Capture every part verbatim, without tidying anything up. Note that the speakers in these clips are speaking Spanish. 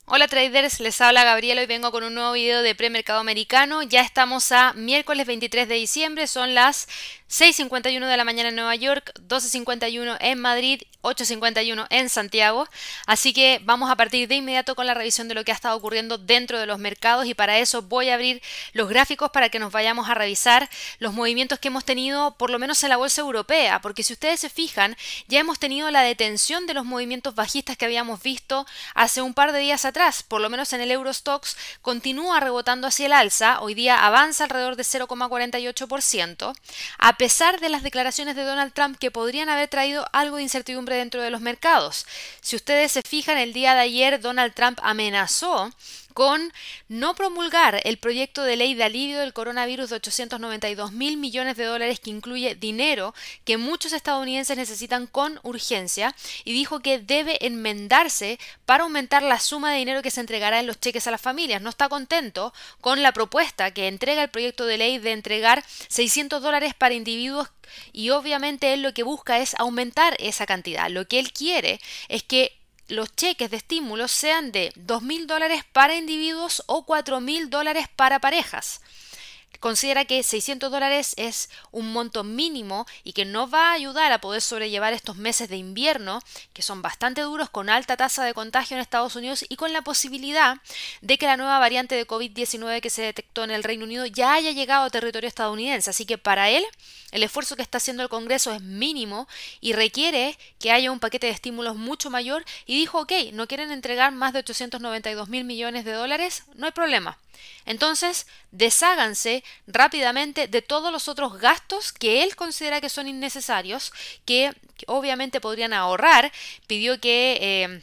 Hola traders, les habla Gabriela. Hoy vengo con un nuevo video de premercado americano. Ya estamos a miércoles veintitrés de diciembre, son las seis cincuenta y uno de la mañana en Nueva York, doce cincuenta y uno en Madrid, ocho cincuenta y uno en Santiago. Así que vamos a partir de inmediato con la revisión de lo que ha estado ocurriendo dentro de los mercados y para eso voy a abrir los gráficos para que nos vayamos a revisar los movimientos que hemos tenido por lo menos en la bolsa europea, porque si ustedes se fijan, ya hemos tenido la detención de los movimientos bajistas que habíamos visto hace un par de días atrás. Por lo menos en el Eurostoxx continúa rebotando hacia el alza, hoy día avanza alrededor de cero coma cuarenta y ocho por ciento, a pesar de las declaraciones de Donald Trump que podrían haber traído algo de incertidumbre dentro de los mercados. Si ustedes se fijan, el día de ayer Donald Trump amenazó con no promulgar el proyecto de ley de alivio del coronavirus de ochocientos noventa y dos mil millones de dólares que incluye dinero que muchos estadounidenses necesitan con urgencia y dijo que debe enmendarse para aumentar la suma de dinero que se entregará en los cheques a las familias. No está contento con la propuesta que entrega el proyecto de ley de entregar seiscientos dólares para individuos y obviamente él lo que busca es aumentar esa cantidad. Lo que él quiere es que los cheques de estímulo sean de dos mil dólares para individuos o cuatro mil dólares para parejas. Considera que seiscientos dólares es un monto mínimo y que no va a ayudar a poder sobrellevar estos meses de invierno, que son bastante duros, con alta tasa de contagio en Estados Unidos y con la posibilidad de que la nueva variante de COVID diecinueve que se detectó en el Reino Unido ya haya llegado a territorio estadounidense. Así que para él, el esfuerzo que está haciendo el Congreso es mínimo y requiere que haya un paquete de estímulos mucho mayor y dijo, ok, no quieren entregar más de ochocientos noventa y dos mil millones de dólares, no hay problema. Entonces, desháganse rápidamente de todos los otros gastos que él considera que son innecesarios, que, que obviamente podrían ahorrar. Pidió que eh,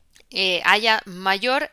eh, haya mayor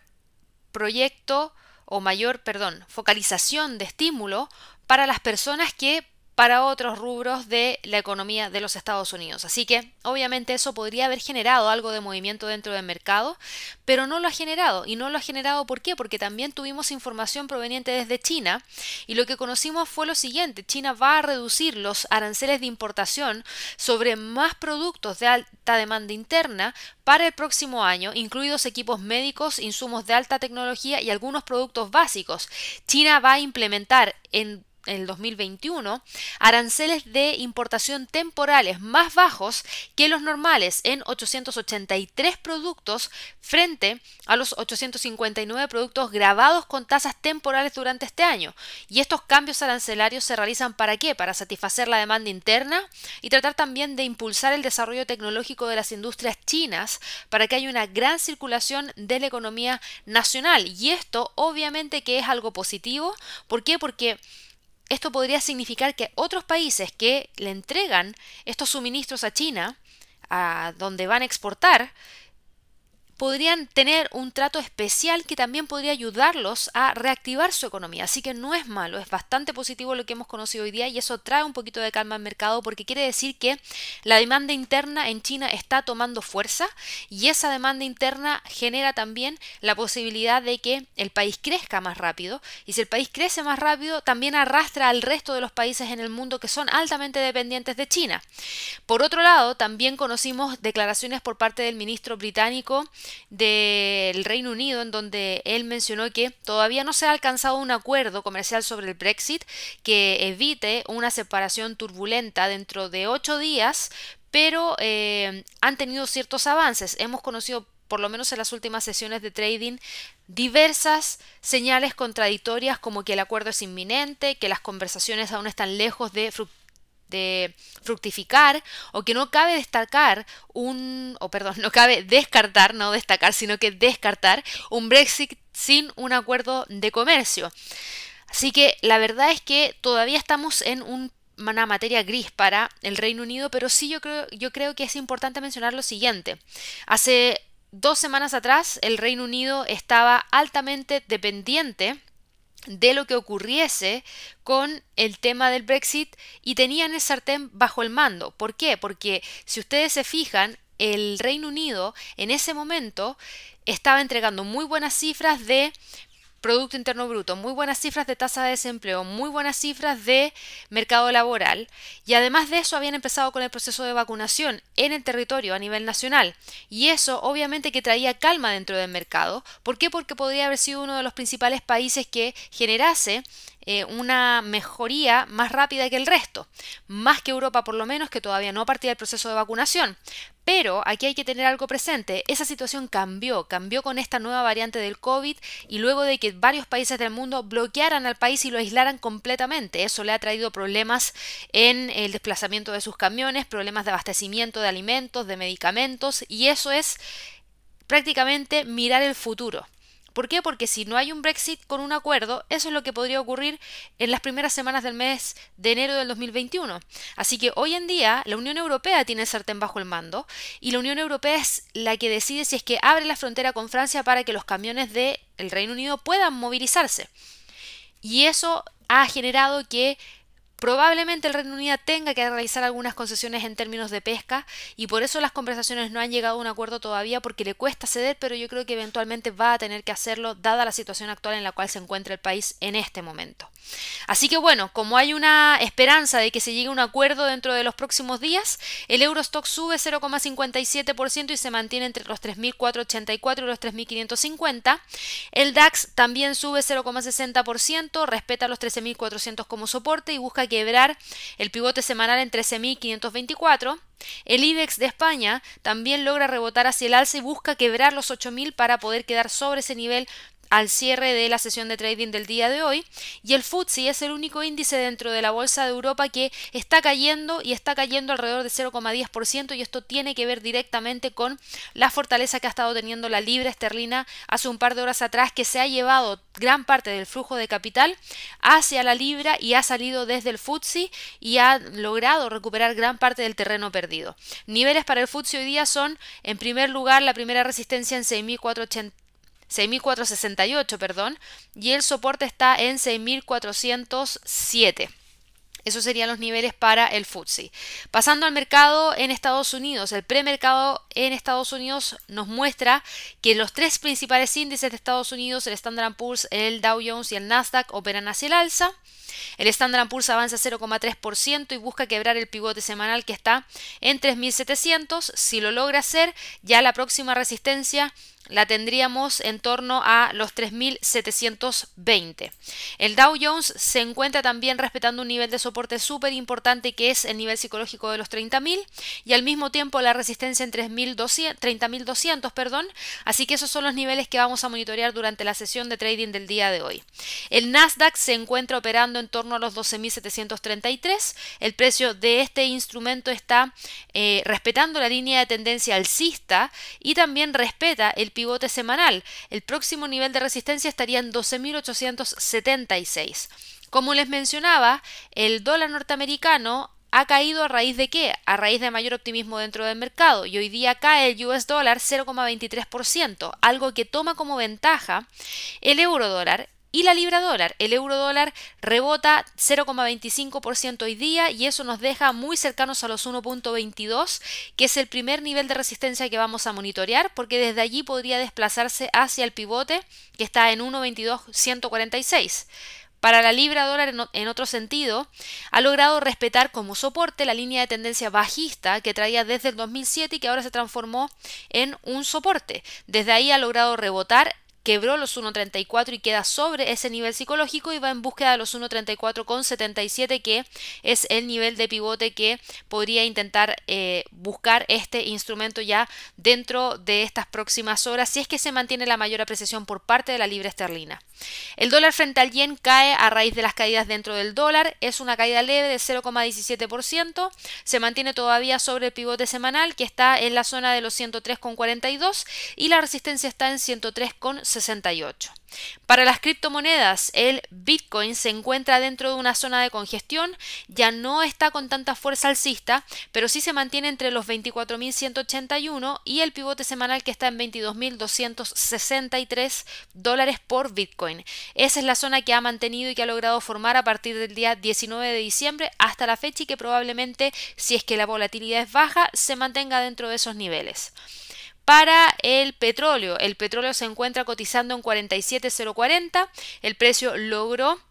proyecto o mayor, perdón, focalización de estímulo para las personas que para otros rubros de la economía de los Estados Unidos. Así que obviamente eso podría haber generado algo de movimiento dentro del mercado, pero no lo ha generado. ¿Y no lo ha generado por qué? Porque también tuvimos información proveniente desde China y lo que conocimos fue lo siguiente: China va a reducir los aranceles de importación sobre más productos de alta demanda interna para el próximo año, incluidos equipos médicos, insumos de alta tecnología y algunos productos básicos. China va a implementar en el dos mil veintiuno aranceles de importación temporales más bajos que los normales en ochocientos ochenta y tres productos frente a los ochocientos cincuenta y nueve productos grabados con tasas temporales durante este año. Y estos cambios arancelarios se realizan ¿para qué? Para satisfacer la demanda interna y tratar también de impulsar el desarrollo tecnológico de las industrias chinas para que haya una gran circulación de la economía nacional. Y esto obviamente que es algo positivo. ¿Por qué? Porque esto podría significar que otros países que le entregan estos suministros a China, a donde van a exportar, podrían tener un trato especial que también podría ayudarlos a reactivar su economía. Así que no es malo, es bastante positivo lo que hemos conocido hoy día y eso trae un poquito de calma al mercado porque quiere decir que la demanda interna en China está tomando fuerza y esa demanda interna genera también la posibilidad de que el país crezca más rápido y si el país crece más rápido también arrastra al resto de los países en el mundo que son altamente dependientes de China. Por otro lado, también conocimos declaraciones por parte del ministro británico del Reino Unido en donde él mencionó que todavía no se ha alcanzado un acuerdo comercial sobre el Brexit que evite una separación turbulenta dentro de ocho días, pero eh, han tenido ciertos avances. Hemos conocido por lo menos en las últimas sesiones de trading, diversas señales contradictorias como que el acuerdo es inminente, que las conversaciones aún están lejos de fructificar de fructificar o que no cabe destacar un, o perdón, no cabe descartar, no destacar, sino que descartar un Brexit sin un acuerdo de comercio. Así que la verdad es que todavía estamos en un una materia gris para el Reino Unido, pero sí yo creo, yo creo que es importante mencionar lo siguiente. Hace dos semanas atrás el Reino Unido estaba altamente dependiente de lo que ocurriese con el tema del Brexit y tenían el sartén bajo el mando. ¿Por qué? Porque si ustedes se fijan, el Reino Unido en ese momento estaba entregando muy buenas cifras de Producto Interno Bruto, muy buenas cifras de tasa de desempleo, muy buenas cifras de mercado laboral y además de eso habían empezado con el proceso de vacunación en el territorio a nivel nacional y eso obviamente que traía calma dentro del mercado. ¿Por qué? Porque podría haber sido uno de los principales países que generase eh, una mejoría más rápida que el resto, más que Europa por lo menos, que todavía no partía del proceso de vacunación. Pero aquí hay que tener algo presente, esa situación cambió, cambió con esta nueva variante del COVID y luego de que varios países del mundo bloquearan al país y lo aislaran completamente. Eso le ha traído problemas en el desplazamiento de sus camiones, problemas de abastecimiento de alimentos, de medicamentos y eso es prácticamente mirar el futuro. ¿Por qué? Porque si no hay un Brexit con un acuerdo, eso es lo que podría ocurrir en las primeras semanas del mes de enero del dos mil veintiuno. Así que hoy en día la Unión Europea tiene el sartén bajo el mando y la Unión Europea es la que decide si es que abre la frontera con Francia para que los camiones del Reino Unido puedan movilizarse. Y eso ha generado que probablemente el Reino Unido tenga que realizar algunas concesiones en términos de pesca y por eso las conversaciones no han llegado a un acuerdo todavía porque le cuesta ceder, pero yo creo que eventualmente va a tener que hacerlo dada la situación actual en la cual se encuentra el país en este momento. Así que bueno, como hay una esperanza de que se llegue a un acuerdo dentro de los próximos días, el Eurostock sube cero coma cincuenta y siete por ciento y se mantiene entre los tres mil cuatrocientos ochenta y cuatro y los tres mil quinientos cincuenta. El DAX también sube cero coma sesenta por ciento, respeta los trece mil cuatrocientos como soporte y busca quebrar el pivote semanal en trece mil quinientos veinticuatro. El IBEX de España también logra rebotar hacia el alza y busca quebrar los ocho mil para poder quedar sobre ese nivel al cierre de la sesión de trading del día de hoy y el F T S E es el único índice dentro de la bolsa de Europa que está cayendo y está cayendo alrededor de cero coma diez por ciento y esto tiene que ver directamente con la fortaleza que ha estado teniendo la libra esterlina hace un par de horas atrás que se ha llevado gran parte del flujo de capital hacia la libra y ha salido desde el F T S E y ha logrado recuperar gran parte del terreno perdido. Niveles para el F T S E hoy día son en primer lugar la primera resistencia en seis mil cuatrocientos sesenta y ocho, perdón, y el soporte está en seis mil cuatrocientos siete. Esos serían los niveles para el F T S E. Pasando al mercado en Estados Unidos, el premercado en Estados Unidos nos muestra que los tres principales índices de Estados Unidos, el Standard and Poor's, el Dow Jones y el Nasdaq, operan hacia el alza. El Standard and Poor's avanza cero coma tres por ciento y busca quebrar el pivote semanal que está en tres mil setecientos. Si lo logra hacer, ya la próxima resistencia la tendríamos en torno a los tres mil setecientos veinte. El Dow Jones se encuentra también respetando un nivel de soporte súper importante que es el nivel psicológico de los treinta mil y al mismo tiempo la resistencia en treinta mil doscientos, perdón. Así que esos son los niveles que vamos a monitorear durante la sesión de trading del día de hoy. El Nasdaq se encuentra operando en torno a los doce mil setecientos treinta y tres. El precio de este instrumento está eh, respetando la línea de tendencia alcista y también respeta el pivote semanal. El próximo nivel de resistencia estaría en doce mil ochocientos setenta y seis. Como les mencionaba, el dólar norteamericano ha caído a raíz de qué? A raíz de mayor optimismo dentro del mercado y hoy día cae el U S dólar cero coma veintitrés por ciento, algo que toma como ventaja el euro dólar y la libra dólar. El euro dólar rebota cero coma veinticinco por ciento hoy día y eso nos deja muy cercanos a los uno punto veintidós, que es el primer nivel de resistencia que vamos a monitorear, porque desde allí podría desplazarse hacia el pivote que está en uno punto veintidós ciento cuarenta y seis. Para la libra dólar, en otro sentido, ha logrado respetar como soporte la línea de tendencia bajista que traía desde el dos mil siete y que ahora se transformó en un soporte. Desde ahí ha logrado rebotar, quebró los uno punto treinta y cuatro y queda sobre ese nivel psicológico y va en búsqueda de los uno punto treinta y cuatro coma setenta y siete, que es el nivel de pivote que podría intentar eh, buscar este instrumento ya dentro de estas próximas horas si es que se mantiene la mayor apreciación por parte de la libra esterlina. El dólar frente al yen cae a raíz de las caídas dentro del dólar, es una caída leve de cero coma diecisiete por ciento, se mantiene todavía sobre el pivote semanal que está en la zona de los ciento tres coma cuarenta y dos y la resistencia está en ciento tres coma sesenta y ocho. Para las criptomonedas, el Bitcoin se encuentra dentro de una zona de congestión, ya no está con tanta fuerza alcista, pero sí se mantiene entre los veinticuatro mil ciento ochenta y uno y el pivote semanal que está en veintidós mil doscientos sesenta y tres dólares por Bitcoin. Esa es la zona que ha mantenido y que ha logrado formar a partir del día diecinueve de diciembre hasta la fecha y que probablemente, si es que la volatilidad es baja, se mantenga dentro de esos niveles. Para el petróleo, el petróleo se encuentra cotizando en cuarenta y siete cero cuarenta, el precio logró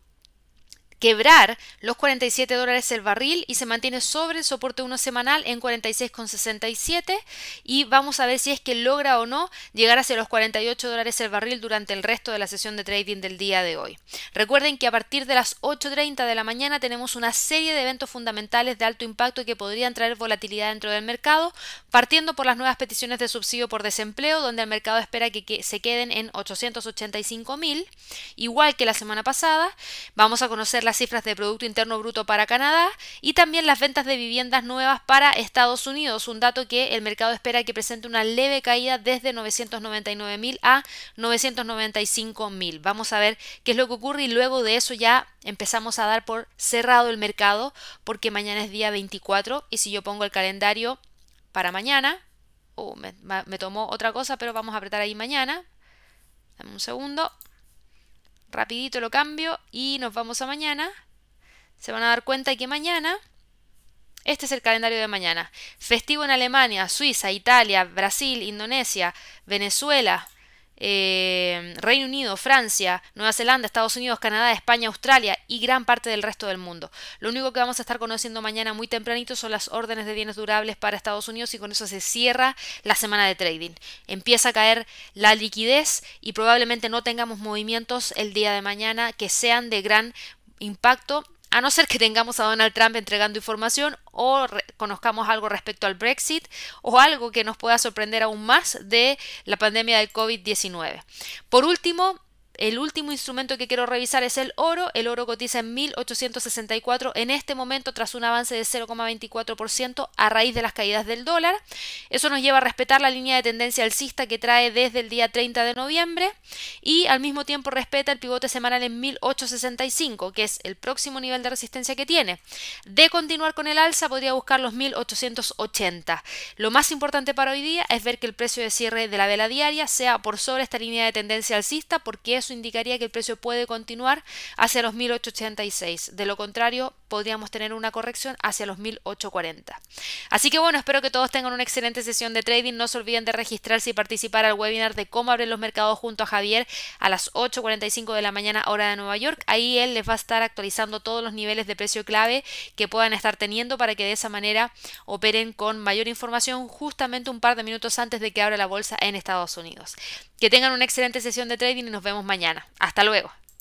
quebrar los cuarenta y siete dólares el barril y se mantiene sobre el soporte uno semanal en cuarenta y seis con sesenta y siete, y vamos a ver si es que logra o no llegar hacia los cuarenta y ocho dólares el barril durante el resto de la sesión de trading del día de hoy. Recuerden que a partir de las ocho treinta de la mañana tenemos una serie de eventos fundamentales de alto impacto que podrían traer volatilidad dentro del mercado, partiendo por las nuevas peticiones de subsidio por desempleo, donde el mercado espera que, que se queden en ochocientos ochenta y cinco mil, igual que la semana pasada. Vamos a conocer las cifras de Producto Interno Bruto para Canadá y también las ventas de viviendas nuevas para Estados Unidos, un dato que el mercado espera que presente una leve caída desde novecientos noventa y nueve mil a novecientos noventa y cinco mil. Vamos a ver qué es lo que ocurre y luego de eso ya empezamos a dar por cerrado el mercado, porque mañana es día veinticuatro y si yo pongo el calendario para mañana, oh, me, me tomó otra cosa, pero vamos a apretar ahí mañana. Dame un segundo. Rapidito lo cambio y nos vamos a mañana. Se van a dar cuenta que mañana, este es el calendario de mañana. Festivo en Alemania, Suiza, Italia, Brasil, Indonesia, Venezuela, eh, Reino Unido, Francia, Nueva Zelanda, Estados Unidos, Canadá, España, Australia y gran parte del resto del mundo. Lo único que vamos a estar conociendo mañana muy tempranito son las órdenes de bienes durables para Estados Unidos y con eso se cierra la semana de trading. Empieza a caer la liquidez y probablemente no tengamos movimientos el día de mañana que sean de gran impacto, a no ser que tengamos a Donald Trump entregando información o conozcamos algo respecto al Brexit o algo que nos pueda sorprender aún más de la pandemia del COVID diecinueve. Por último, el último instrumento que quiero revisar es el oro. El oro cotiza en mil ochocientos sesenta y cuatro en este momento tras un avance de cero coma veinticuatro por ciento a raíz de las caídas del dólar. Eso nos lleva a respetar la línea de tendencia alcista que trae desde el día treinta de noviembre y al mismo tiempo respeta el pivote semanal en mil ochocientos sesenta y cinco, que es el próximo nivel de resistencia que tiene. De continuar con el alza podría buscar los mil ochocientos ochenta. Lo más importante para hoy día es ver que el precio de cierre de la vela diaria sea por sobre esta línea de tendencia alcista, porque es indicaría que el precio puede continuar hacia los mil ochocientos ochenta y seis. De lo contrario, podríamos tener una corrección hacia los mil ochocientos cuarenta. Así que bueno, espero que todos tengan una excelente sesión de trading. No se olviden de registrarse y participar al webinar de cómo abrir los mercados junto a Javier a las ocho cuarenta y cinco de la mañana hora de Nueva York. Ahí él les va a estar actualizando todos los niveles de precio clave que puedan estar teniendo para que de esa manera operen con mayor información justamente un par de minutos antes de que abra la bolsa en Estados Unidos. Que tengan una excelente sesión de trading y nos vemos mañana. Hasta luego.